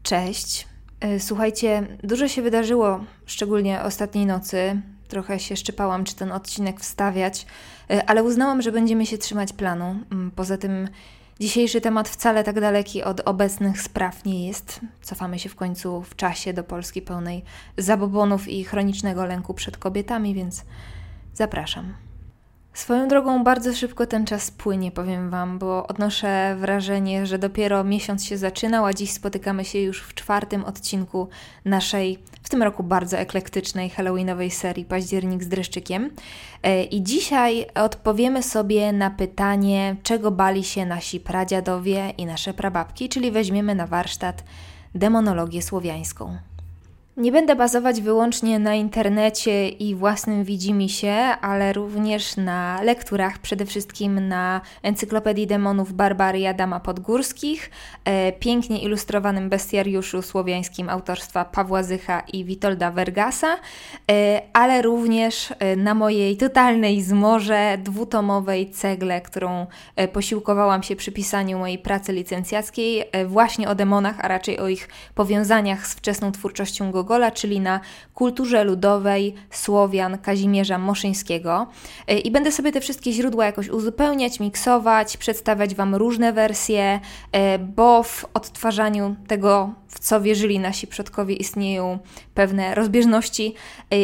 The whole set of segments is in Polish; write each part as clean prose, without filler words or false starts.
Cześć. Słuchajcie, dużo się wydarzyło, szczególnie ostatniej nocy. Trochę się szczypałam, czy ten odcinek wstawiać, ale uznałam, że będziemy się trzymać planu. Poza tym dzisiejszy temat wcale tak daleki od obecnych spraw nie jest. Cofamy się w końcu w czasie do Polski pełnej zabobonów i chronicznego lęku przed kobietami, więc zapraszam. Swoją drogą bardzo szybko ten czas płynie, powiem Wam, bo odnoszę wrażenie, że dopiero miesiąc się zaczynał, a dziś spotykamy się już w 4. odcinku naszej, w tym roku bardzo eklektycznej, halloweenowej serii Październik z dreszczykiem. I dzisiaj odpowiemy sobie na pytanie, czego bali się nasi pradziadowie i nasze prababki, czyli weźmiemy na warsztat demonologię słowiańską. Nie będę bazować wyłącznie na internecie i własnym widzimisię, ale również na lekturach, przede wszystkim na Encyklopedii Demonów Barbary Adama Podgórskich, pięknie ilustrowanym bestiariuszu słowiańskim autorstwa Pawła Zycha i Witolda Vergasa, ale również na mojej totalnej zmorze 2-tomowej cegle, którą posiłkowałam się przy pisaniu mojej pracy licencjackiej właśnie o demonach, a raczej o ich powiązaniach z wczesną twórczością Gogola, czyli na kulturze ludowej Słowian Kazimierza Moszyńskiego. I będę sobie te wszystkie źródła jakoś uzupełniać, miksować, przedstawiać Wam różne wersje, bo w odtwarzaniu tego, w co wierzyli nasi przodkowie, istnieją pewne rozbieżności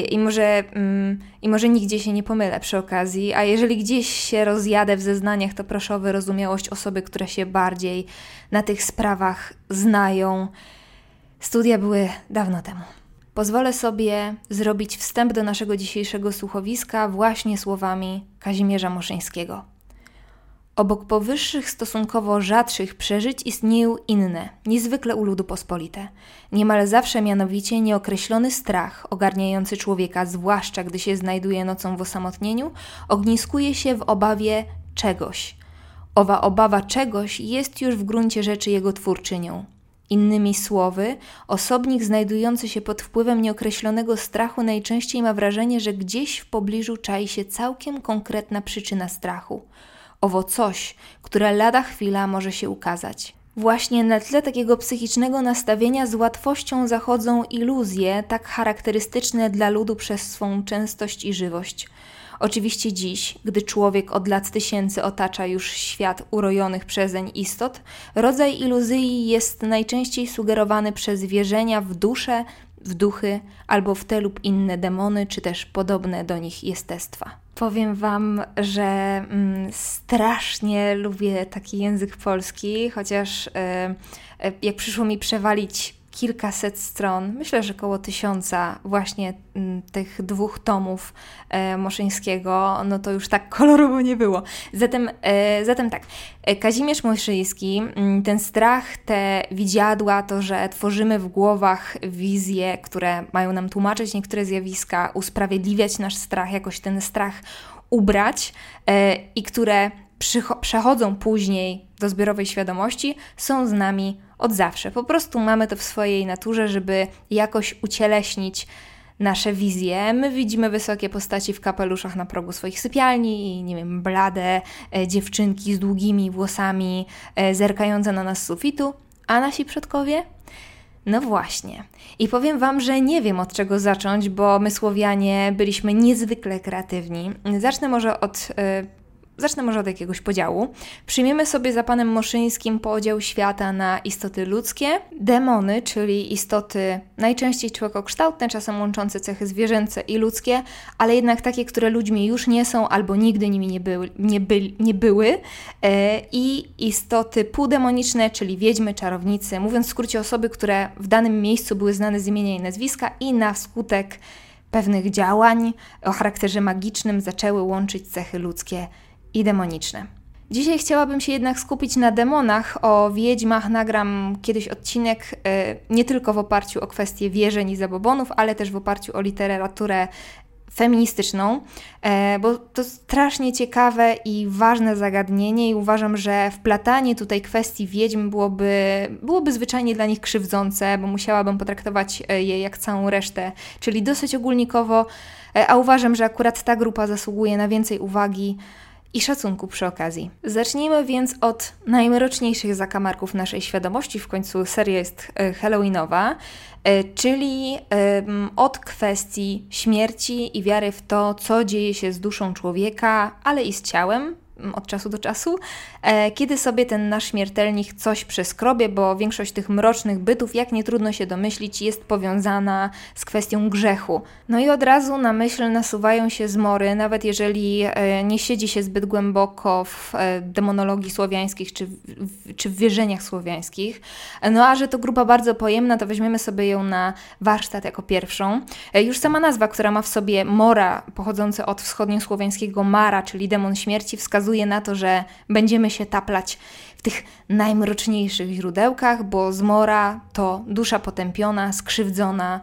i może nigdzie się nie pomylę przy okazji, a jeżeli gdzieś się rozjadę w zeznaniach, to proszę o wyrozumiałość osoby, które się bardziej na tych sprawach znają. Studia były dawno temu. Pozwolę sobie zrobić wstęp do naszego dzisiejszego słuchowiska właśnie słowami Kazimierza Moszyńskiego. Obok powyższych stosunkowo rzadszych przeżyć istnieją inne, niezwykle u ludu pospolite. Niemal zawsze mianowicie nieokreślony strach ogarniający człowieka, zwłaszcza gdy się znajduje nocą w osamotnieniu, ogniskuje się w obawie czegoś. Owa obawa czegoś jest już w gruncie rzeczy jego twórczynią. Innymi słowy, osobnik znajdujący się pod wpływem nieokreślonego strachu najczęściej ma wrażenie, że gdzieś w pobliżu czai się całkiem konkretna przyczyna strachu. Owo coś, które lada chwila może się ukazać. Właśnie na tle takiego psychicznego nastawienia z łatwością zachodzą iluzje tak charakterystyczne dla ludu przez swą częstość i żywość. Oczywiście dziś, gdy człowiek od lat tysięcy otacza już świat urojonych przezeń istot, rodzaj iluzji jest najczęściej sugerowany przez wierzenia w duszę, w duchy albo w te lub inne demony, czy też podobne do nich jestestwa. Powiem Wam, że strasznie lubię taki język polski, chociaż jak przyszło mi przewalić kilkaset stron, myślę, że około 1000 właśnie tych 2 tomów Moszyńskiego, no to już tak kolorowo nie było. Zatem tak, Kazimierz Moszyński, ten strach, te widziadła, to, że tworzymy w głowach wizje, które mają nam tłumaczyć niektóre zjawiska, usprawiedliwiać nasz strach, jakoś ten strach ubrać i które przechodzą później do zbiorowej świadomości, są z nami od zawsze. Po prostu mamy to w swojej naturze, żeby jakoś ucieleśnić nasze wizje. My widzimy wysokie postaci w kapeluszach na progu swoich sypialni i, nie wiem, blade dziewczynki z długimi włosami zerkające na nas z sufitu, a nasi przodkowie? No właśnie. I powiem Wam, że nie wiem od czego zacząć, bo my Słowianie byliśmy niezwykle kreatywni. Zacznę może od jakiegoś podziału. Przyjmiemy sobie za panem Moszyńskim podział świata na istoty ludzkie, demony, czyli istoty najczęściej człowiekokształtne, czasem łączące cechy zwierzęce i ludzkie, ale jednak takie, które ludźmi już nie są albo nigdy nimi nie były, i istoty półdemoniczne, czyli wiedźmy, czarownicy, mówiąc w skrócie osoby, które w danym miejscu były znane z imienia i nazwiska i na skutek pewnych działań o charakterze magicznym zaczęły łączyć cechy ludzkie i demoniczne. Dzisiaj chciałabym się jednak skupić na demonach. O wiedźmach nagram kiedyś odcinek nie tylko w oparciu o kwestie wierzeń i zabobonów, ale też w oparciu o literaturę feministyczną, bo to strasznie ciekawe i ważne zagadnienie i uważam, że wplatanie tutaj kwestii wiedźm byłoby zwyczajnie dla nich krzywdzące, bo musiałabym potraktować je jak całą resztę, czyli dosyć ogólnikowo, a uważam, że akurat ta grupa zasługuje na więcej uwagi i szacunku przy okazji. Zacznijmy więc od najmroczniejszych zakamarków naszej świadomości, w końcu seria jest halloweenowa, czyli od kwestii śmierci i wiary w to, co dzieje się z duszą człowieka, ale i z ciałem, od czasu do czasu, kiedy sobie ten nasz śmiertelnik coś przeskrobie, bo większość tych mrocznych bytów, jak nie trudno się domyślić, jest powiązana z kwestią grzechu. No i od razu na myśl nasuwają się zmory, nawet jeżeli nie siedzi się zbyt głęboko w demonologii słowiańskich czy w wierzeniach słowiańskich. No a że to grupa bardzo pojemna, to weźmiemy sobie ją na warsztat jako pierwszą. Już sama nazwa, która ma w sobie mora, pochodzące od wschodniosłowiańskiego mara, czyli demon śmierci, wskazuje na to, że będziemy się taplać w tych najmroczniejszych źródełkach, bo zmora to dusza potępiona, skrzywdzona,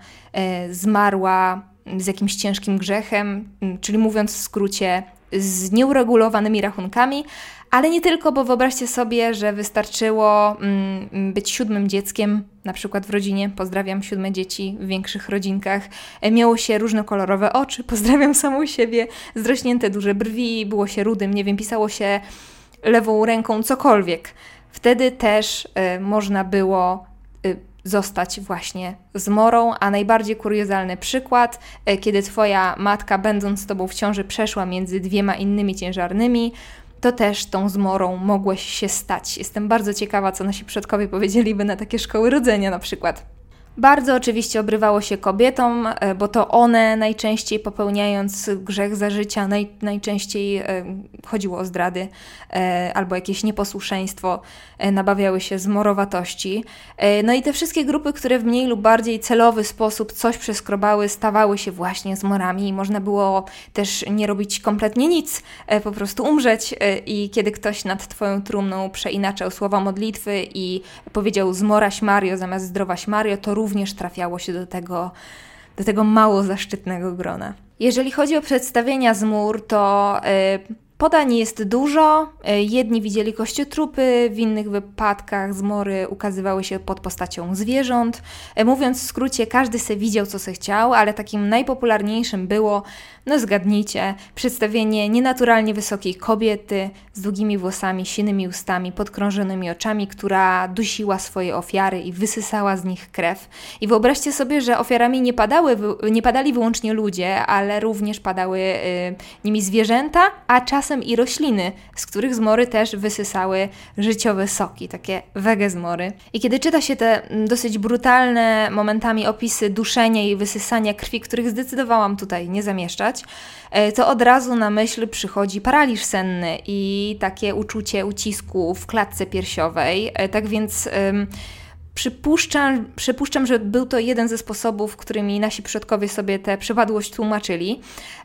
zmarła z jakimś ciężkim grzechem, czyli mówiąc w skrócie, z nieuregulowanymi rachunkami, ale nie tylko, bo wyobraźcie sobie, że wystarczyło być 7. dzieckiem, na przykład w rodzinie, pozdrawiam 7 dzieci w większych rodzinkach, miało się różnokolorowe oczy, pozdrawiam samą siebie, zrośnięte duże brwi, było się rudym, nie wiem, pisało się lewą ręką cokolwiek. Wtedy też można było zostać właśnie zmorą, a najbardziej kuriozalny przykład, kiedy twoja matka, będąc z tobą w ciąży, przeszła między 2 innymi ciężarnymi, to też tą zmorą mogłeś się stać. Jestem bardzo ciekawa, co nasi przodkowie powiedzieliby na takie szkoły rodzenia na przykład. Bardzo oczywiście obrywało się kobietom, bo to one najczęściej, popełniając grzech za życia, najczęściej chodziło o zdrady albo jakieś nieposłuszeństwo, nabawiały się zmorowatości. No i te wszystkie grupy, które w mniej lub bardziej celowy sposób coś przeskrobały, stawały się właśnie zmorami i można było też nie robić kompletnie nic, po prostu umrzeć i kiedy ktoś nad twoją trumną przeinaczał słowa modlitwy i powiedział zmoraś Mario zamiast zdrowaś Mario, to również trafiało się do tego mało zaszczytnego grona. Jeżeli chodzi o przedstawienia zmór, to podań jest dużo. Jedni widzieli kościotrupy, w innych wypadkach zmory ukazywały się pod postacią zwierząt. Mówiąc w skrócie, każdy se widział, co se chciał, ale takim najpopularniejszym było, no zgadnijcie, przedstawienie nienaturalnie wysokiej kobiety z długimi włosami, sinymi ustami, podkrążonymi oczami, która dusiła swoje ofiary i wysysała z nich krew. I wyobraźcie sobie, że ofiarami nie padali wyłącznie ludzie, ale również padały nimi zwierzęta, a czasem i rośliny, z których zmory też wysysały życiowe soki, takie wegezmory. I kiedy czyta się te dosyć brutalne momentami opisy duszenia i wysysania krwi, których zdecydowałam tutaj nie zamieszczać, to od razu na myśl przychodzi paraliż senny i takie uczucie ucisku w klatce piersiowej. Tak więc przypuszczam, że był to jeden ze sposobów, którymi nasi przodkowie sobie tę przypadłość tłumaczyli.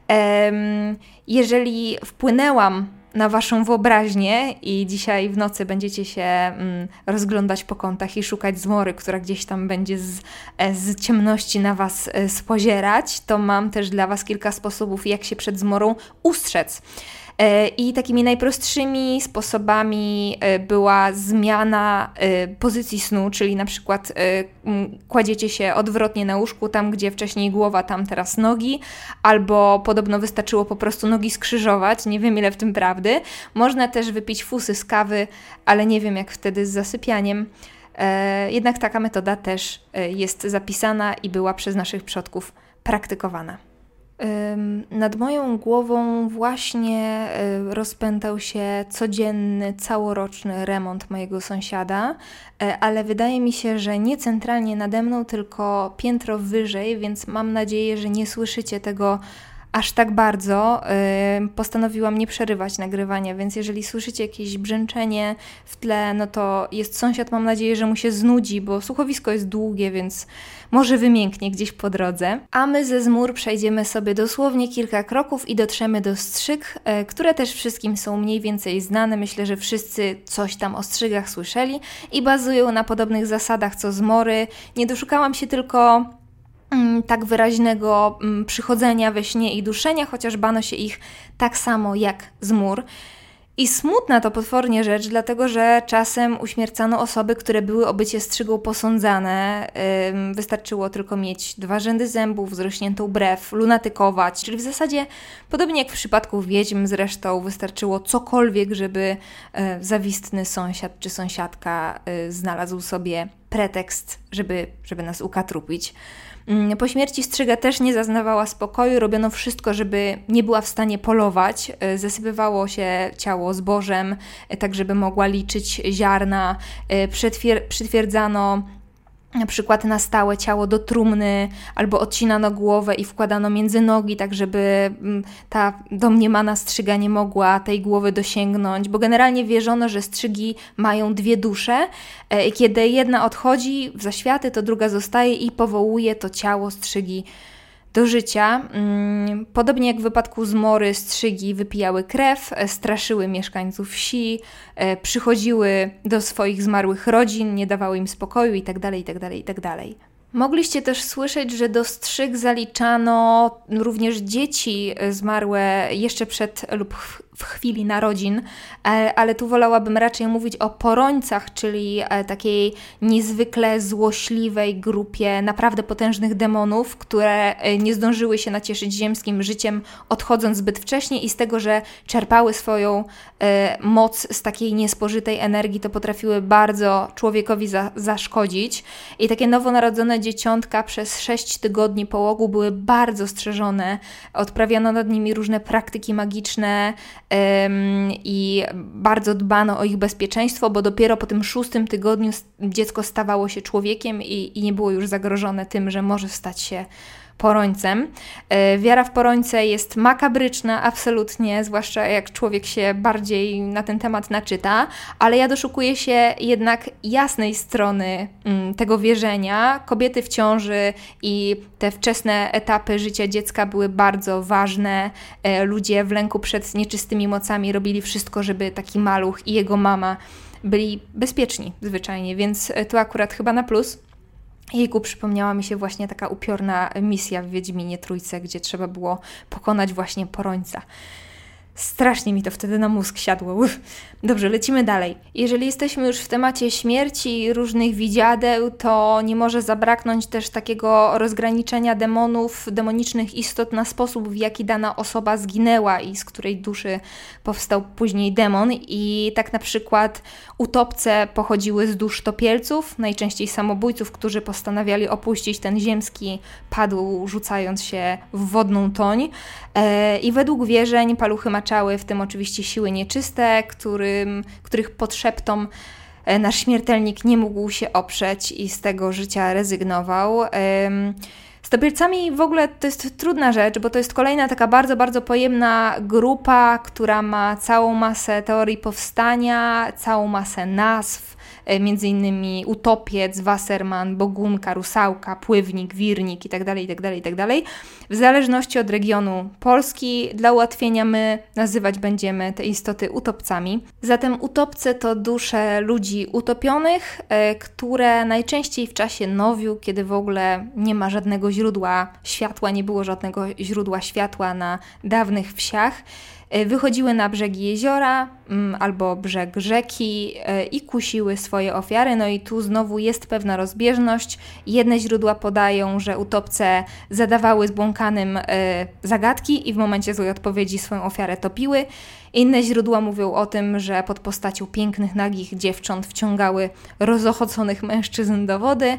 Jeżeli wpłynęłam na waszą wyobraźnię i dzisiaj w nocy będziecie się rozglądać po kątach i szukać zmory, która gdzieś tam będzie z ciemności na was spozierać, to mam też dla was kilka sposobów, jak się przed zmorą ustrzec. I takimi najprostszymi sposobami była zmiana pozycji snu, czyli na przykład kładziecie się odwrotnie na łóżku, tam gdzie wcześniej głowa, tam teraz nogi, albo podobno wystarczyło po prostu nogi skrzyżować, nie wiem ile w tym prawdy. Można też wypić fusy z kawy, ale nie wiem jak wtedy z zasypianiem. Jednak taka metoda też jest zapisana i była przez naszych przodków praktykowana. Nad moją głową właśnie rozpętał się codzienny, całoroczny remont mojego sąsiada, ale wydaje mi się, że nie centralnie nade mną, tylko piętro wyżej, więc mam nadzieję, że nie słyszycie tego aż tak bardzo. Postanowiłam nie przerywać nagrywania, więc jeżeli słyszycie jakieś brzęczenie w tle, no to jest sąsiad, mam nadzieję, że mu się znudzi, bo słuchowisko jest długie, więc może wymięknie gdzieś po drodze. A my ze zmór przejdziemy sobie dosłownie kilka kroków i dotrzemy do strzyg, które też wszystkim są mniej więcej znane. Myślę, że wszyscy coś tam o strzygach słyszeli i bazują na podobnych zasadach co zmory. Nie doszukałam się tylko tak wyraźnego przychodzenia we śnie i duszenia, chociaż bano się ich tak samo jak zmór. I smutna to potwornie rzecz, dlatego że czasem uśmiercano osoby, które były o bycie strzygą posądzane. Wystarczyło tylko mieć 2 rzędy zębów, zrośniętą brew, lunatykować, czyli w zasadzie podobnie jak w przypadku wiedźm zresztą wystarczyło cokolwiek, żeby zawistny sąsiad czy sąsiadka znalazł sobie pretekst, żeby nas ukatrupić. Po śmierci strzyga też nie zaznawała spokoju, robiono wszystko, żeby nie była w stanie polować. Zasypywało się ciało zbożem, tak żeby mogła liczyć ziarna. Przytwierdzano na przykład na stałe ciało do trumny, albo odcinano głowę i wkładano między nogi, tak żeby ta domniemana strzyga nie mogła tej głowy dosięgnąć, bo generalnie wierzono, że strzygi mają 2 dusze i kiedy jedna odchodzi w zaświaty, to druga zostaje i powołuje to ciało strzygi do życia. Podobnie jak w wypadku zmory, strzygi wypijały krew, straszyły mieszkańców wsi, przychodziły do swoich zmarłych rodzin, nie dawały im spokoju itd., itd., itd. Mogliście też słyszeć, że do strzyg zaliczano również dzieci zmarłe jeszcze przed lub w chwili narodzin, ale tu wolałabym raczej mówić o porońcach, czyli takiej niezwykle złośliwej grupie naprawdę potężnych demonów, które nie zdążyły się nacieszyć ziemskim życiem, odchodząc zbyt wcześnie i z tego, że czerpały swoją moc z takiej niespożytej energii, to potrafiły bardzo człowiekowi zaszkodzić. I takie nowonarodzone dzieciątka przez 6 tygodni połogu były bardzo strzeżone, odprawiano nad nimi różne praktyki magiczne, i bardzo dbano o ich bezpieczeństwo, bo dopiero po tym 6 tygodniu dziecko stawało się człowiekiem i nie było już zagrożone tym, że może stać się porońcem. Wiara w porońce jest makabryczna, absolutnie, zwłaszcza jak człowiek się bardziej na ten temat naczyta, ale ja doszukuję się jednak jasnej strony tego wierzenia. Kobiety w ciąży i te wczesne etapy życia dziecka były bardzo ważne. Ludzie w lęku przed nieczystymi mocami robili wszystko, żeby taki maluch i jego mama byli bezpieczni zwyczajnie, więc tu akurat chyba na plus. Jejku, przypomniała mi się właśnie taka upiorna misja w Wiedźminie Trójce, gdzie trzeba było pokonać właśnie porońca. Strasznie mi to wtedy na mózg siadło. Dobrze, lecimy dalej. Jeżeli jesteśmy już w temacie śmierci i różnych widziadeł, to nie może zabraknąć też takiego rozgraniczenia demonów, demonicznych istot na sposób, w jaki dana osoba zginęła i z której duszy powstał później demon. I tak na przykład utopce pochodziły z dusz topielców, najczęściej samobójców, którzy postanawiali opuścić ten ziemski padł, rzucając się w wodną toń. I według wierzeń paluchy maczały, w tym oczywiście siły nieczyste, których podszeptom nasz śmiertelnik nie mógł się oprzeć i z tego życia rezygnował. Z topielcami w ogóle to jest trudna rzecz, bo to jest kolejna taka bardzo, bardzo pojemna grupa, która ma całą masę teorii powstania, całą masę nazw, między innymi utopiec, Wasserman, bogunka, rusałka, pływnik, wirnik itd., itd., itd. W zależności od regionu Polski, dla ułatwienia my nazywać będziemy te istoty utopcami. Zatem utopce to dusze ludzi utopionych, które najczęściej w czasie nowiu, kiedy w ogóle nie ma żadnego źródła światła, nie było żadnego źródła światła na dawnych wsiach, wychodziły na brzegi jeziora albo brzeg rzeki i kusiły swoje ofiary. No i tu znowu jest pewna rozbieżność. Jedne źródła podają, że utopce zadawały zbłąkanym zagadki i w momencie złej odpowiedzi swoją ofiarę topiły. Inne źródła mówią o tym, że pod postacią pięknych, nagich dziewcząt wciągały rozochoconych mężczyzn do wody.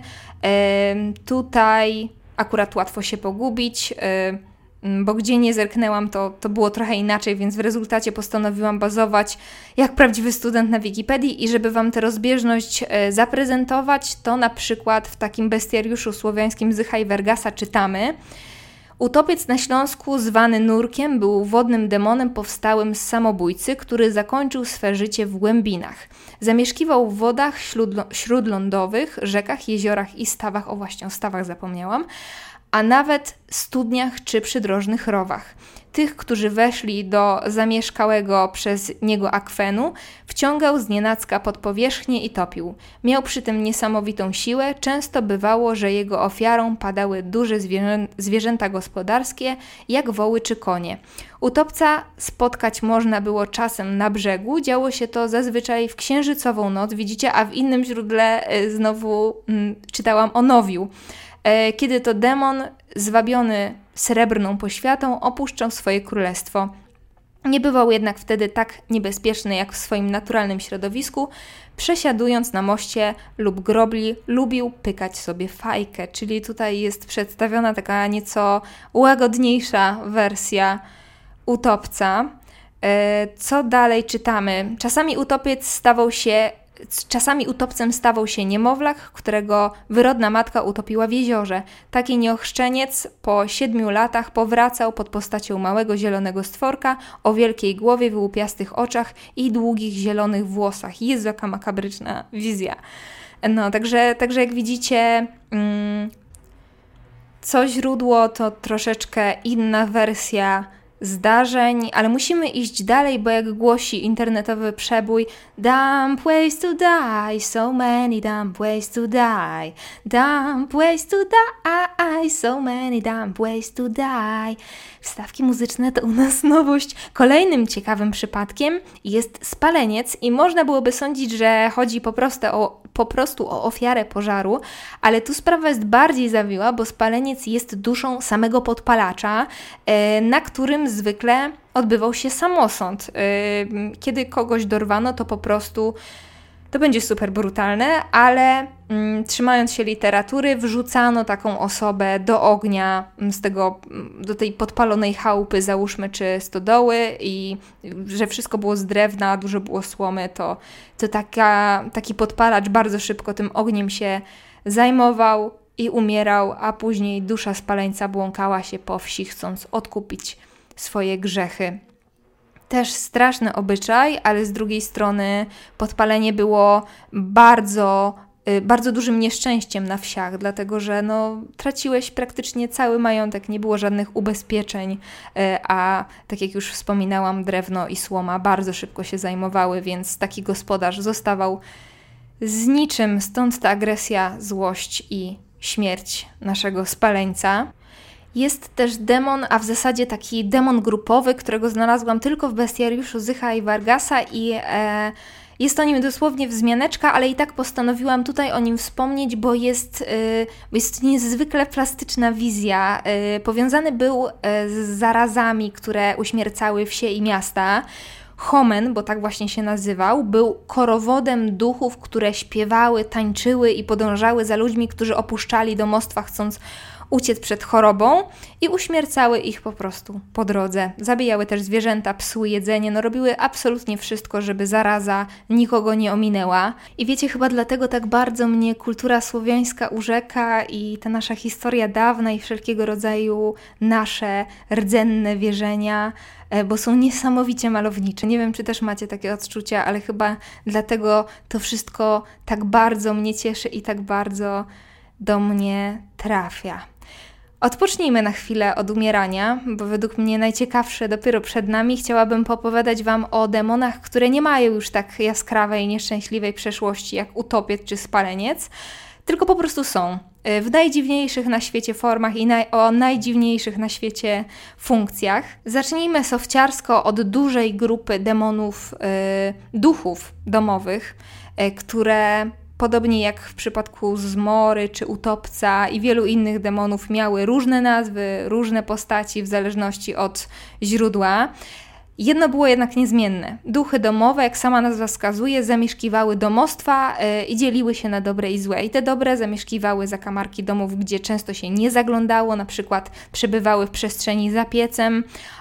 Tutaj akurat łatwo się pogubić, bo gdzie nie zerknęłam, to było trochę inaczej, więc w rezultacie postanowiłam bazować jak prawdziwy student na Wikipedii i żeby Wam tę rozbieżność zaprezentować, to na przykład w takim bestiariuszu słowiańskim Zycha i Vergasa czytamy: utopiec na Śląsku zwany Nurkiem był wodnym demonem powstałym z samobójcy, który zakończył swe życie w głębinach. Zamieszkiwał w wodach śródlądowych, rzekach, jeziorach i stawach, o właśnie o stawach zapomniałam, a nawet studniach czy przydrożnych rowach. Tych, którzy weszli do zamieszkałego przez niego akwenu, wciągał znienacka pod powierzchnię i topił. Miał przy tym niesamowitą siłę, często bywało, że jego ofiarą padały duże zwierzęta gospodarskie, jak woły czy konie. Utopca spotkać można było czasem na brzegu, działo się to zazwyczaj w księżycową noc, widzicie, a w innym źródle znowu czytałam o nowiu. Kiedy to demon, zwabiony srebrną poświatą, opuszczał swoje królestwo. Nie bywał jednak wtedy tak niebezpieczny jak w swoim naturalnym środowisku. Przesiadując na moście lub grobli, lubił pykać sobie fajkę, czyli tutaj jest przedstawiona taka nieco łagodniejsza wersja utopca. Co dalej czytamy? Czasami utopcem stawał się niemowlak, którego wyrodna matka utopiła w jeziorze. Taki nieochrzczeniec po 7 latach powracał pod postacią małego zielonego stworka o wielkiej głowie, wyłupiastych oczach i długich zielonych włosach. Jezu, jaka makabryczna wizja. No, także jak widzicie, co źródło to troszeczkę inna wersja zdarzeń, ale musimy iść dalej, bo jak głosi internetowy przebój, dumb ways to die, so many dumb ways to die, dumb ways to die, so many dumb ways to die. Wstawki muzyczne to u nas nowość. Kolejnym ciekawym przypadkiem jest spaleniec i można byłoby sądzić, że chodzi po prostu o ofiarę pożaru, ale tu sprawa jest bardziej zawiła, bo spaleniec jest duszą samego podpalacza, na którym zwykle odbywał się samosąd. Kiedy kogoś dorwano, to po prostu to będzie super brutalne, ale trzymając się literatury, wrzucano taką osobę do ognia do tej podpalonej chałupy, załóżmy, czy stodoły i że wszystko było z drewna, dużo było słomy, to taki podpalacz bardzo szybko tym ogniem się zajmował i umierał, a później dusza spaleńca błąkała się po wsi, chcąc odkupić swoje grzechy. Też straszny obyczaj, ale z drugiej strony podpalenie było bardzo dużym nieszczęściem na wsiach, dlatego że traciłeś praktycznie cały majątek, nie było żadnych ubezpieczeń, a tak jak już wspominałam, drewno i słoma bardzo szybko się zajmowały, więc taki gospodarz zostawał z niczym, stąd ta agresja, złość i śmierć naszego spaleńca. Jest też demon, a w zasadzie taki demon grupowy, którego znalazłam tylko w bestiariuszu Zycha i Vargasa i jest o nim dosłownie wzmianeczka, ale i tak postanowiłam tutaj o nim wspomnieć, bo jest niezwykle plastyczna wizja. Powiązany był z zarazami, które uśmiercały wsie i miasta. Homen, bo tak właśnie się nazywał, był korowodem duchów, które śpiewały, tańczyły i podążały za ludźmi, którzy opuszczali domostwa, chcąc uciec przed chorobą i uśmiercały ich po prostu po drodze. Zabijały też zwierzęta, psuły jedzenie, robiły absolutnie wszystko, żeby zaraza nikogo nie ominęła. I wiecie, chyba dlatego tak bardzo mnie kultura słowiańska urzeka i ta nasza historia dawna i wszelkiego rodzaju nasze rdzenne wierzenia, bo są niesamowicie malownicze. Nie wiem, czy też macie takie odczucia, ale chyba dlatego to wszystko tak bardzo mnie cieszy i tak bardzo do mnie trafia. Odpocznijmy na chwilę od umierania, bo według mnie najciekawsze dopiero przed nami. Chciałabym opowiadać Wam o demonach, które nie mają już tak jaskrawej, nieszczęśliwej przeszłości jak utopiec czy spaleniec, tylko po prostu są w najdziwniejszych na świecie formach i o najdziwniejszych na świecie funkcjach. Zacznijmy sofciarsko od dużej grupy demonów, duchów domowych, które podobnie jak w przypadku zmory czy utopca i wielu innych demonów miały różne nazwy, różne postaci w zależności od źródła. Jedno było jednak niezmienne. Duchy domowe, jak sama nazwa wskazuje, zamieszkiwały domostwa i dzieliły się na dobre i złe. I te dobre zamieszkiwały zakamarki domów, gdzie często się nie zaglądało, na przykład przebywały w przestrzeni za piecem,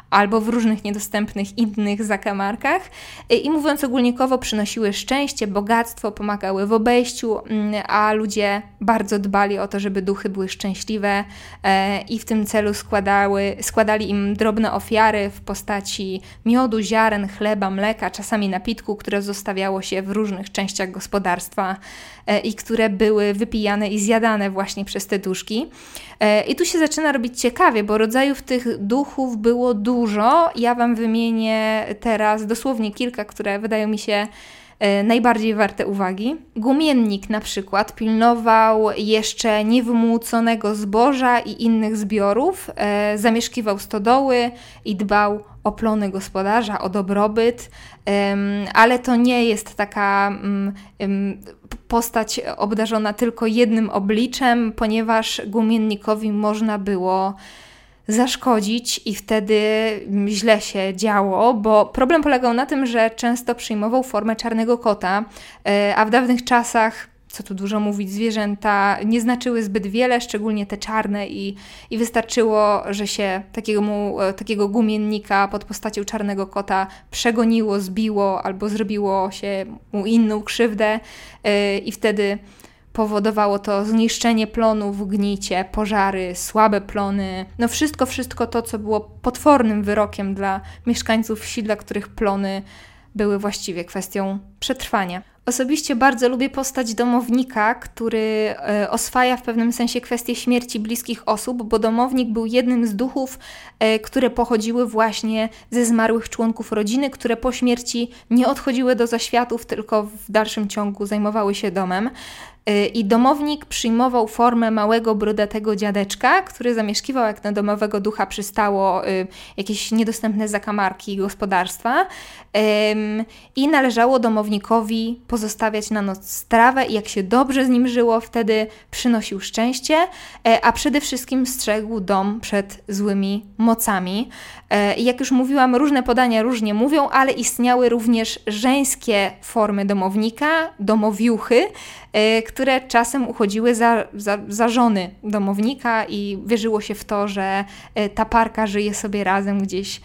albo w różnych niedostępnych innych zakamarkach i mówiąc ogólnikowo przynosiły szczęście, bogactwo, pomagały w obejściu, a ludzie bardzo dbali o to, żeby duchy były szczęśliwe i w tym celu składali im drobne ofiary w postaci miodu, ziaren, chleba, mleka, czasami napitku, które zostawiało się w różnych częściach gospodarstwa i które były wypijane i zjadane właśnie przez te duszki. I tu się zaczyna robić ciekawie, bo rodzajów tych duchów było dużo. Ja Wam wymienię teraz dosłownie kilka, które wydają mi się najbardziej warte uwagi. Gumiennik na przykład pilnował jeszcze niewymłóconego zboża i innych zbiorów, zamieszkiwał stodoły i dbał o plony gospodarza, o dobrobyt, ale to nie jest taka postać obdarzona tylko jednym obliczem, ponieważ gumiennikowi można było zaszkodzić i wtedy źle się działo, bo problem polegał na tym, że często przyjmował formę czarnego kota, a w dawnych czasach, co tu dużo mówić, zwierzęta nie znaczyły zbyt wiele, szczególnie te czarne i wystarczyło, że się takiego gumiennika pod postacią czarnego kota przegoniło, zbiło albo zrobiło się mu inną krzywdę i wtedy powodowało to zniszczenie plonów, gnicie, pożary, słabe plony. No wszystko to, co było potwornym wyrokiem dla mieszkańców wsi, dla których plony były właściwie kwestią przetrwania. Osobiście bardzo lubię postać domownika, który oswaja w pewnym sensie kwestię śmierci bliskich osób, bo domownik był jednym z duchów, które pochodziły właśnie ze zmarłych członków rodziny, które po śmierci nie odchodziły do zaświatów, tylko w dalszym ciągu zajmowały się domem. I domownik przyjmował formę małego, brodatego dziadeczka, który zamieszkiwał, jak na domowego ducha przystało, jakieś niedostępne zakamarki gospodarstwa i należało domownikowi pozostawiać na noc strawę i jak się dobrze z nim żyło, wtedy przynosił szczęście, a przede wszystkim strzegł dom przed złymi mocami. I jak już mówiłam, różne podania różnie mówią, ale istniały również żeńskie formy domownika, domowiuchy, które czasem uchodziły za żony domownika i wierzyło się w to, że ta parka żyje sobie razem gdzieś,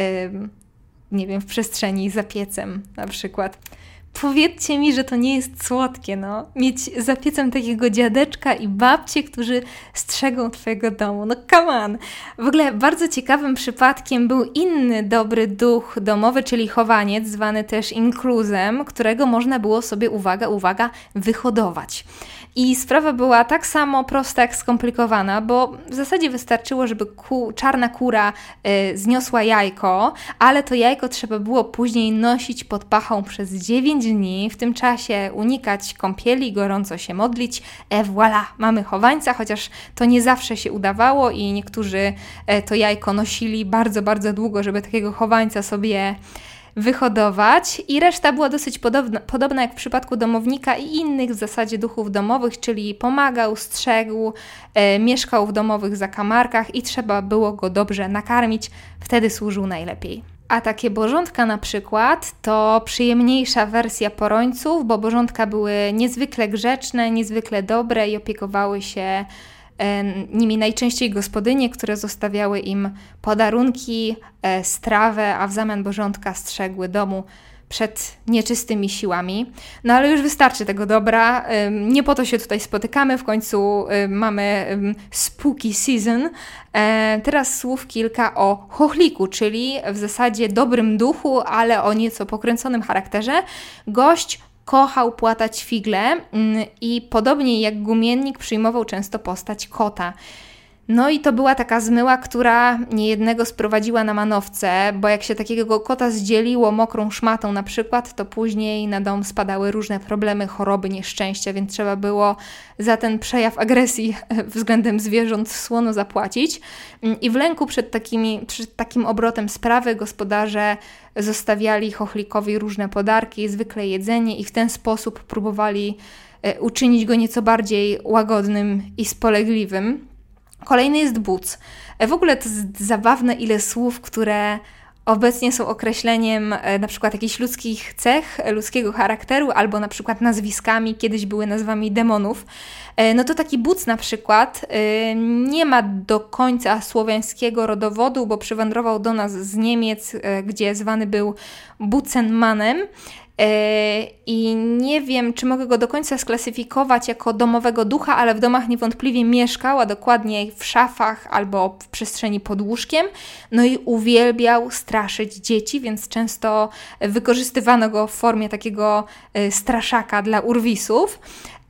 nie wiem, w przestrzeni za piecem na przykład. Powiedzcie mi, że to nie jest słodkie, no. Mieć za piecem takiego dziadeczka i babcie, którzy strzegą twojego domu. No come on! W ogóle bardzo ciekawym przypadkiem był inny dobry duch domowy, czyli chowaniec, zwany też inkluzem, którego można było sobie, uwaga, wyhodować. I sprawa była tak samo prosta jak skomplikowana, bo w zasadzie wystarczyło, żeby czarna kura zniosła jajko, ale to jajko trzeba było później nosić pod pachą przez 9 dni, w tym czasie unikać kąpieli, gorąco się modlić. Voilà, mamy chowańca, chociaż to nie zawsze się udawało i niektórzy to jajko nosili bardzo, bardzo długo, żeby takiego chowańca sobie wyhodować i reszta była dosyć podobna jak w przypadku domownika i innych w zasadzie duchów domowych, czyli pomagał, strzegł, mieszkał w domowych zakamarkach i trzeba było go dobrze nakarmić, wtedy służył najlepiej. A takie bożątka na przykład to przyjemniejsza wersja porońców, bo bożątka były niezwykle grzeczne, niezwykle dobre i opiekowały się nimi najczęściej gospodynie, które zostawiały im podarunki, strawę, a w zamian bożątka strzegły domu przed nieczystymi siłami. No ale już wystarczy tego dobra. Nie po to się tutaj spotykamy, w końcu mamy spooky season. Teraz słów kilka o chochliku, czyli w zasadzie dobrym duchu, ale o nieco pokręconym charakterze. Gość kochał płatać figle i podobnie jak gumiennik przyjmował często postać kota. No i to była taka zmyła, która niejednego sprowadziła na manowce, bo jak się takiego kota zdzieliło mokrą szmatą na przykład, to później na dom spadały różne problemy, choroby, nieszczęścia, więc trzeba było za ten przejaw agresji względem zwierząt słono zapłacić. I w lęku przed takim obrotem sprawy gospodarze zostawiali chochlikowi różne podarki, zwykle jedzenie i w ten sposób próbowali uczynić go nieco bardziej łagodnym i spolegliwym. Kolejny jest buc. W ogóle to jest zabawne, ile słów, które obecnie są określeniem na przykład jakichś ludzkich cech, ludzkiego charakteru, albo na przykład nazwiskami, kiedyś były nazwami demonów. No to taki Buc na przykład nie ma do końca słowiańskiego rodowodu, bo przywędrował do nas z Niemiec, gdzie zwany był Bucenmanem. I nie wiem, czy mogę go do końca sklasyfikować jako domowego ducha, ale w domach niewątpliwie mieszkał, a dokładniej w szafach albo w przestrzeni pod łóżkiem. No i uwielbiał straszyć dzieci, więc często wykorzystywano go w formie takiego straszaka dla urwisów.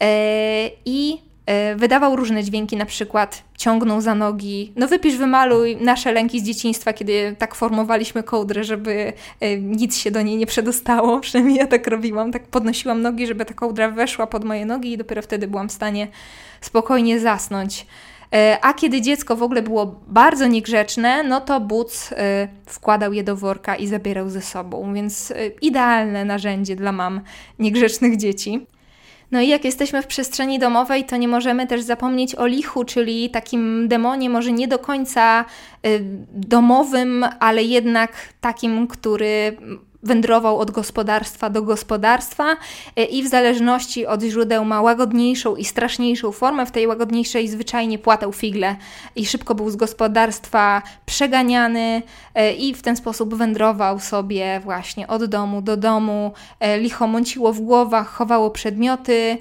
I wydawał różne dźwięki, na przykład ciągnął za nogi. No wypisz, wymaluj nasze lęki z dzieciństwa, kiedy tak formowaliśmy kołdrę, żeby nic się do niej nie przedostało. Przynajmniej ja tak robiłam, tak podnosiłam nogi, żeby ta kołdra weszła pod moje nogi i dopiero wtedy byłam w stanie spokojnie zasnąć. A kiedy dziecko w ogóle było bardzo niegrzeczne, no to Buc wkładał je do worka i zabierał ze sobą, więc idealne narzędzie dla mam niegrzecznych dzieci. No i jak jesteśmy w przestrzeni domowej, to nie możemy też zapomnieć o lichu, czyli takim demonie może nie do końca domowym, ale jednak takim, który wędrował od gospodarstwa do gospodarstwa i w zależności od źródeł ma łagodniejszą i straszniejszą formę. W tej łagodniejszej zwyczajnie płatał figle i szybko był z gospodarstwa przeganiany i w ten sposób wędrował sobie właśnie od domu do domu. Licho mąciło w głowach, chowało przedmioty.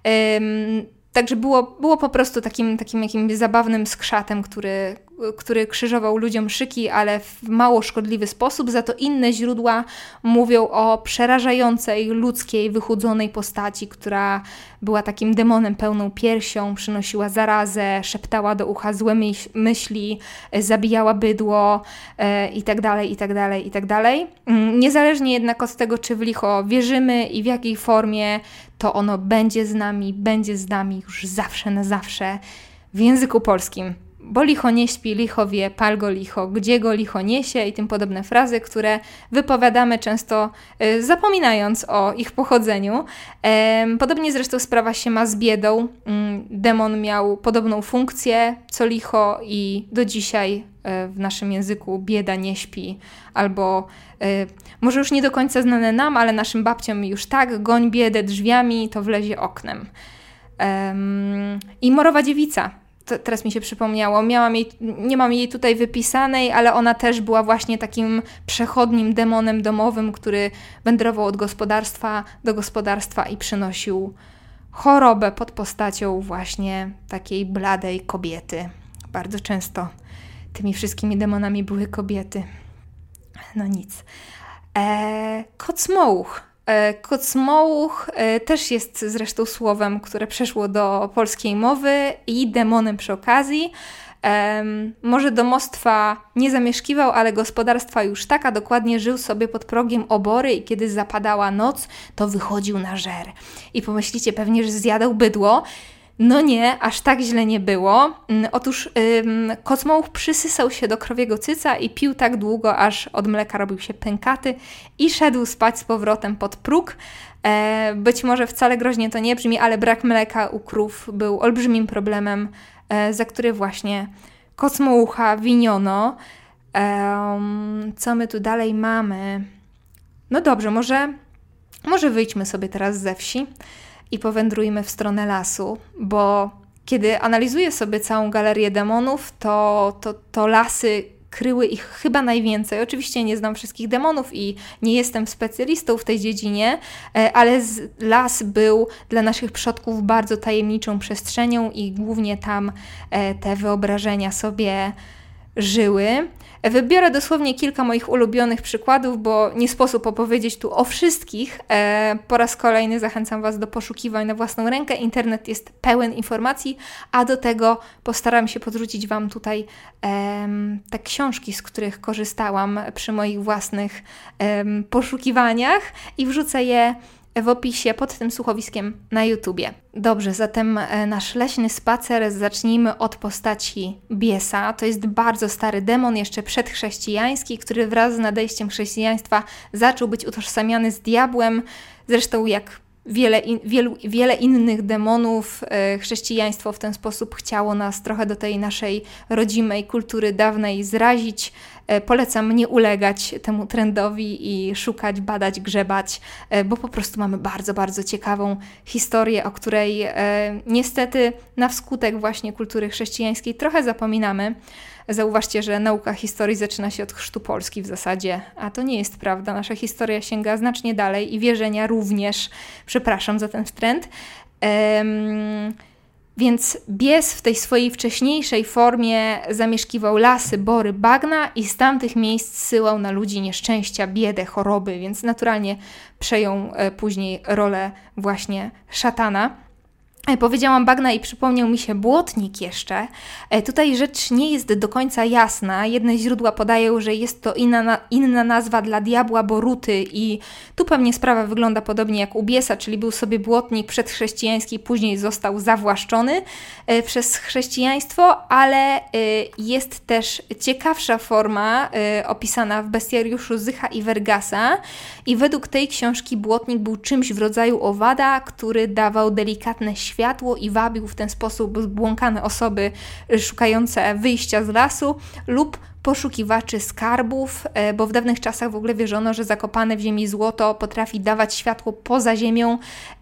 Także było po prostu takim jakimś zabawnym skrzatem, który krzyżował ludziom szyki, ale w mało szkodliwy sposób. Za to inne źródła mówią o przerażającej, ludzkiej, wychudzonej postaci, która była takim demonem pełną piersią, przynosiła zarazę, szeptała do ucha złe myśli, zabijała bydło itd., itd., itd. Niezależnie jednak od tego, czy w licho wierzymy i w jakiej formie, to ono będzie z nami już zawsze na zawsze w języku polskim. Bo licho nie śpi, licho wie, pal go licho, gdzie go licho niesie i tym podobne frazy, które wypowiadamy często zapominając o ich pochodzeniu. Podobnie zresztą sprawa się ma z biedą. Demon miał podobną funkcję co licho i do dzisiaj w naszym języku bieda nie śpi, albo może już nie do końca znane nam, ale naszym babciom już tak, goń biedę drzwiami, to wlezie oknem. I morowa dziewica. Teraz mi się przypomniało, nie mam jej tutaj wypisanej, ale ona też była właśnie takim przechodnim demonem domowym, który wędrował od gospodarstwa do gospodarstwa i przynosił chorobę pod postacią właśnie takiej bladej kobiety. Bardzo często tymi wszystkimi demonami były kobiety. No nic. Kocmołuch. Kocmołuch też jest zresztą słowem, które przeszło do polskiej mowy i demonem przy okazji. Może domostwa nie zamieszkiwał, ale gospodarstwa już tak, a dokładnie żył sobie pod progiem obory i kiedy zapadała noc, to wychodził na żer. I pomyślicie pewnie, że zjadał bydło. No nie, aż tak źle nie było. Otóż kocmołuch przysysał się do krowiego cyca i pił tak długo, aż od mleka robił się pękaty i szedł spać z powrotem pod próg. Być może wcale groźnie to nie brzmi, ale brak mleka u krów był olbrzymim problemem, za który właśnie kocmołucha winiono. Co my tu dalej mamy? No dobrze, może wyjdźmy sobie teraz ze wsi i powędrujmy w stronę lasu, bo kiedy analizuję sobie całą galerię demonów, to lasy kryły ich chyba najwięcej. Oczywiście nie znam wszystkich demonów i nie jestem specjalistą w tej dziedzinie, ale las był dla naszych przodków bardzo tajemniczą przestrzenią i głównie tam te wyobrażenia sobie żyły. Wybiorę dosłownie kilka moich ulubionych przykładów, bo nie sposób opowiedzieć tu o wszystkich. Po raz kolejny zachęcam Was do poszukiwań na własną rękę. Internet jest pełen informacji, a do tego postaram się podrzucić Wam tutaj te książki, z których korzystałam przy moich własnych poszukiwaniach i wrzucę je w opisie pod tym słuchowiskiem na YouTubie. Dobrze, zatem nasz leśny spacer zacznijmy od postaci Biesa. To jest bardzo stary demon, jeszcze przedchrześcijański, który wraz z nadejściem chrześcijaństwa zaczął być utożsamiany z diabłem. Zresztą jak wiele innych demonów, chrześcijaństwo w ten sposób chciało nas trochę do tej naszej rodzimej kultury dawnej zrazić Polecam nie ulegać temu trendowi i szukać, badać, grzebać, bo po prostu mamy bardzo, bardzo ciekawą historię, o której niestety na wskutek właśnie kultury chrześcijańskiej trochę zapominamy. Zauważcie, że nauka historii zaczyna się od chrztu Polski w zasadzie, a to nie jest prawda. Nasza historia sięga znacznie dalej i wierzenia również. Przepraszam za ten wtręt. Więc bies w tej swojej wcześniejszej formie zamieszkiwał lasy, bory, bagna i z tamtych miejsc zsyłał na ludzi nieszczęścia, biedę, choroby, więc naturalnie przejął później rolę właśnie szatana. Powiedziałam bagna i przypomniał mi się błotnik jeszcze. Tutaj rzecz nie jest do końca jasna. Jedne źródła podają, że jest to inna nazwa dla diabła Boruty i tu pewnie sprawa wygląda podobnie jak u biesa, czyli był sobie błotnik przedchrześcijański, później został zawłaszczony przez chrześcijaństwo, ale jest też ciekawsza forma opisana w bestiariuszu Zycha i Vergasa i według tej książki błotnik był czymś w rodzaju owada, który dawał delikatne światło i wabił w ten sposób zbłąkane osoby szukające wyjścia z lasu lub poszukiwaczy skarbów, bo w dawnych czasach w ogóle wierzono, że zakopane w ziemi złoto potrafi dawać światło poza ziemią,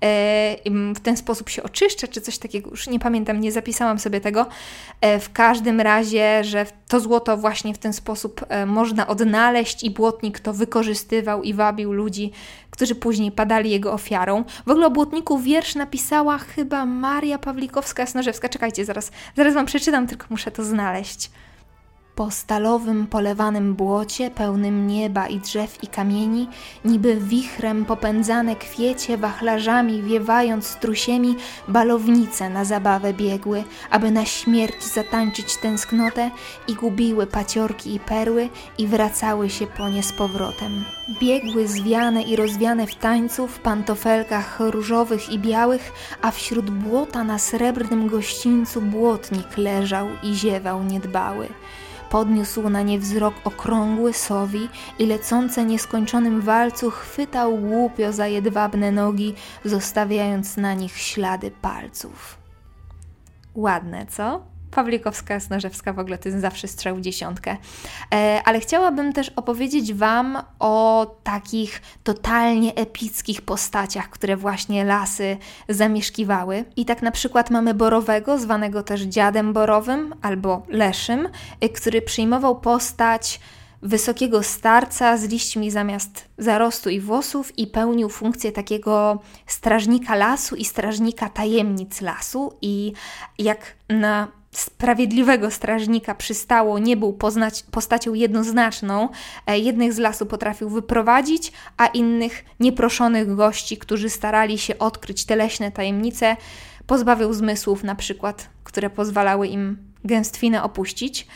w ten sposób się oczyszcza, czy coś takiego, już nie pamiętam, nie zapisałam sobie tego. W każdym razie, że to złoto właśnie w ten sposób można odnaleźć i błotnik to wykorzystywał i wabił ludzi, którzy później padali jego ofiarą. W ogóle o błotniku wiersz napisała chyba Maria Pawlikowska-Snożewska. Czekajcie, zaraz wam przeczytam, tylko muszę to znaleźć. Po stalowym, polewanym błocie, pełnym nieba i drzew i kamieni, niby wichrem popędzane kwiecie, wachlarzami wiewając strusiemi, balownice na zabawę biegły, aby na śmierć zatańczyć tęsknotę i gubiły paciorki i perły i wracały się po nie z powrotem. Biegły zwiane i rozwiane w tańcu, w pantofelkach różowych i białych, a wśród błota na srebrnym gościńcu błotnik leżał i ziewał niedbały. Podniósł na nie wzrok okrągły sowi i lecące nieskończonym walcu chwytał głupio za jedwabne nogi, zostawiając na nich ślady palców. Ładne, co? Pawlikowska-Snożewska w ogóle to jest zawsze strzał w dziesiątkę. Ale chciałabym też opowiedzieć Wam o takich totalnie epickich postaciach, które właśnie lasy zamieszkiwały. I tak na przykład mamy Borowego, zwanego też dziadem Borowym albo Leszym, który przyjmował postać wysokiego starca z liśćmi zamiast zarostu i włosów i pełnił funkcję takiego strażnika lasu i strażnika tajemnic lasu. I jak na sprawiedliwego strażnika przystało, nie był postacią jednoznaczną. Jednych z lasu potrafił wyprowadzić, a innych nieproszonych gości, którzy starali się odkryć te leśne tajemnice, pozbawiał zmysłów na przykład, które pozwalały im gęstwinę opuścić.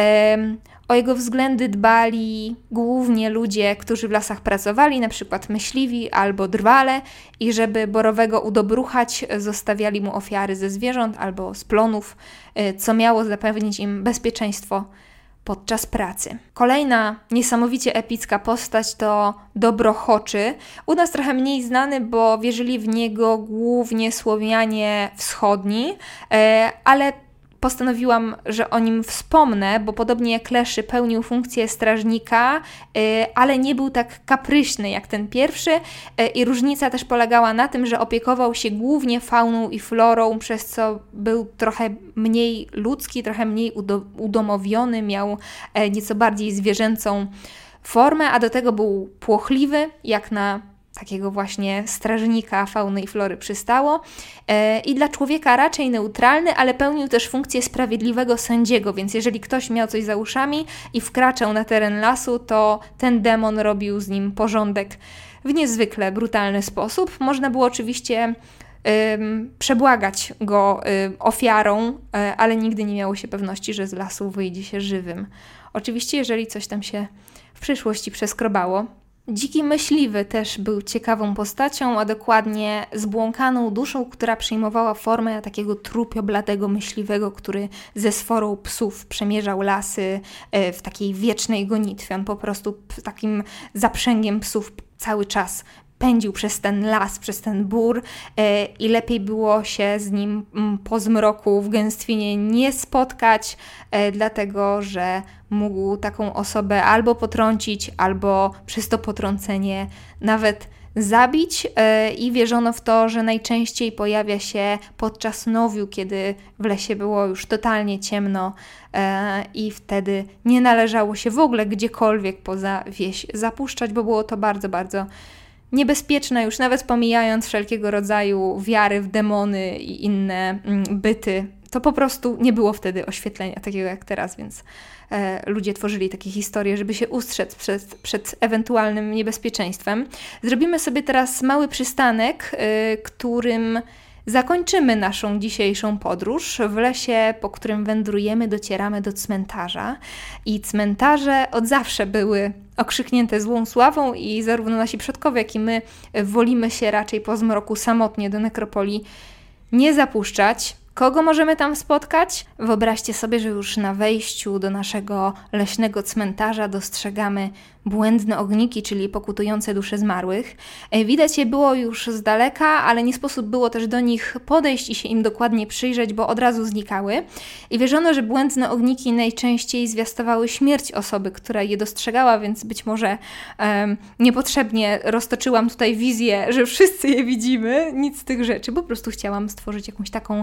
O jego względy dbali głównie ludzie, którzy w lasach pracowali, na przykład myśliwi albo drwale i żeby Borowego udobruchać, zostawiali mu ofiary ze zwierząt albo z plonów, co miało zapewnić im bezpieczeństwo podczas pracy. Kolejna niesamowicie epicka postać to Dobrochoczy. U nas trochę mniej znany, bo wierzyli w niego głównie Słowianie wschodni, ale postanowiłam, że o nim wspomnę, bo podobnie jak Leszy pełnił funkcję strażnika, ale nie był tak kapryśny jak ten pierwszy i różnica też polegała na tym, że opiekował się głównie fauną i florą, przez co był trochę mniej ludzki, trochę mniej udomowiony, miał nieco bardziej zwierzęcą formę, a do tego był płochliwy, jak na takiego właśnie strażnika fauny i flory przystało i dla człowieka raczej neutralny, ale pełnił też funkcję sprawiedliwego sędziego, więc jeżeli ktoś miał coś za uszami i wkraczał na teren lasu, to ten demon robił z nim porządek w niezwykle brutalny sposób. Można było oczywiście przebłagać go ofiarą, ale nigdy nie miało się pewności, że z lasu wyjdzie się żywym. Oczywiście, jeżeli coś tam się w przyszłości przeskrobało. Dziki myśliwy też był ciekawą postacią, a dokładnie zbłąkaną duszą, która przyjmowała formę takiego trupio-bladego myśliwego, który ze sforą psów przemierzał lasy w takiej wiecznej gonitwie. On po prostu takim zaprzęgiem psów cały czas pędził przez ten las, przez ten bór i lepiej było się z nim po zmroku w gęstwinie nie spotkać, dlatego że mógł taką osobę albo potrącić, albo przez to potrącenie nawet zabić i wierzono w to, że najczęściej pojawia się podczas nowiu, kiedy w lesie było już totalnie ciemno i wtedy nie należało się w ogóle gdziekolwiek poza wieś zapuszczać, bo było to bardzo, bardzo niebezpieczne, już nawet pomijając wszelkiego rodzaju wiary w demony i inne byty. To po prostu nie było wtedy oświetlenia takiego jak teraz, więc ludzie tworzyli takie historie, żeby się ustrzec przed ewentualnym niebezpieczeństwem. Zrobimy sobie teraz mały przystanek, którym zakończymy naszą dzisiejszą podróż. W lesie, po którym wędrujemy, docieramy do cmentarza i cmentarze od zawsze były okrzyknięte złą sławą i zarówno nasi przodkowie, jak i my wolimy się raczej po zmroku samotnie do nekropolii nie zapuszczać. Kogo możemy tam spotkać? Wyobraźcie sobie, że już na wejściu do naszego leśnego cmentarza dostrzegamy błędne ogniki, czyli pokutujące dusze zmarłych. Widać je było już z daleka, ale nie sposób było też do nich podejść i się im dokładnie przyjrzeć, bo od razu znikały. I wierzono, że błędne ogniki najczęściej zwiastowały śmierć osoby, która je dostrzegała, więc być może niepotrzebnie roztoczyłam tutaj wizję, że wszyscy je widzimy. Nic z tych rzeczy. Po prostu chciałam stworzyć jakąś taką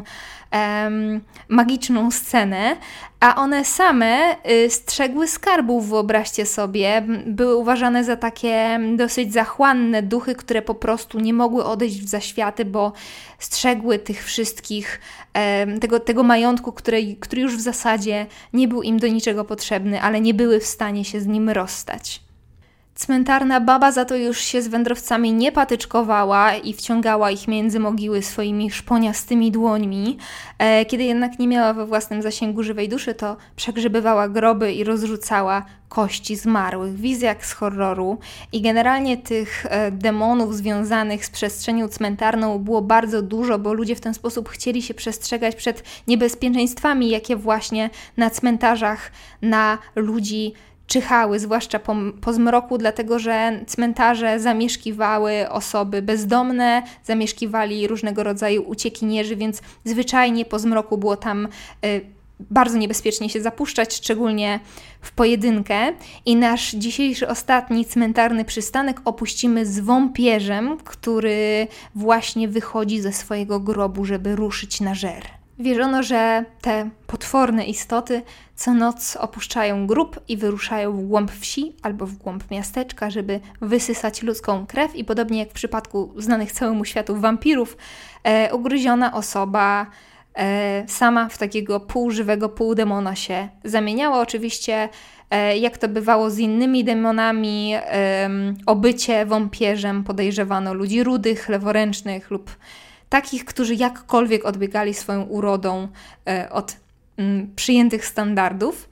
magiczną scenę, a one same strzegły skarbów, wyobraźcie sobie. Były uważane za takie dosyć zachłanne duchy, które po prostu nie mogły odejść w zaświaty, bo strzegły tych wszystkich, tego majątku, który już w zasadzie nie był im do niczego potrzebny, ale nie były w stanie się z nim rozstać. Cmentarna baba za to już się z wędrowcami nie patyczkowała i wciągała ich między mogiły swoimi szponiastymi dłońmi. Kiedy jednak nie miała we własnym zasięgu żywej duszy, to przegrzebywała groby i rozrzucała kości zmarłych. Wizja jak z horroru. I generalnie tych demonów związanych z przestrzenią cmentarną było bardzo dużo, bo ludzie w ten sposób chcieli się przestrzegać przed niebezpieczeństwami, jakie właśnie na cmentarzach na ludzi czyhały, zwłaszcza po zmroku, dlatego że cmentarze zamieszkiwały osoby bezdomne, zamieszkiwali różnego rodzaju uciekinierzy, więc zwyczajnie po zmroku było tam bardzo niebezpiecznie się zapuszczać, szczególnie w pojedynkę. I nasz dzisiejszy ostatni cmentarny przystanek opuścimy z wąpierzem, który właśnie wychodzi ze swojego grobu, żeby ruszyć na żer. Wierzono, że te potworne istoty co noc opuszczają grób i wyruszają w głąb wsi albo w głąb miasteczka, żeby wysysać ludzką krew i podobnie jak w przypadku znanych całemu światu wampirów, ugryziona osoba sama w takiego półżywego półdemona się zamieniała. Oczywiście, jak to bywało z innymi demonami, o bycie wąpierzem podejrzewano ludzi rudych, leworęcznych lub takich, którzy jakkolwiek odbiegali swoją urodą od przyjętych standardów.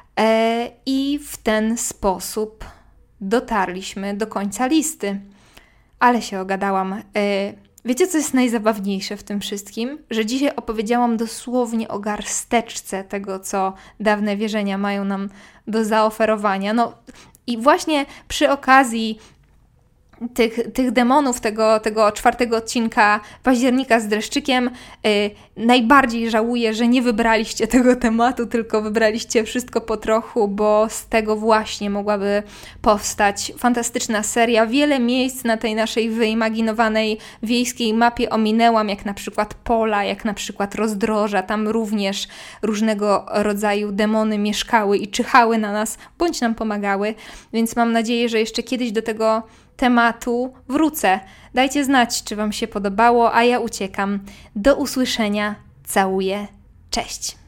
I w ten sposób dotarliśmy do końca listy. Ale się ogadałam. Wiecie, co jest najzabawniejsze w tym wszystkim? Że dzisiaj opowiedziałam dosłownie o garsteczce tego, co dawne wierzenia mają nam do zaoferowania. No i właśnie przy okazji tych demonów, tego 4 odcinka Października z dreszczykiem, najbardziej żałuję, że nie wybraliście tego tematu, tylko wybraliście wszystko po trochu, bo z tego właśnie mogłaby powstać fantastyczna seria. Wiele miejsc na tej naszej wyimaginowanej wiejskiej mapie ominęłam, jak na przykład pola, jak na przykład rozdroża. Tam również różnego rodzaju demony mieszkały i czyhały na nas, bądź nam pomagały, więc mam nadzieję, że jeszcze kiedyś do tego tematu wrócę. Dajcie znać, czy Wam się podobało, a ja uciekam. Do usłyszenia. Całuję. Cześć.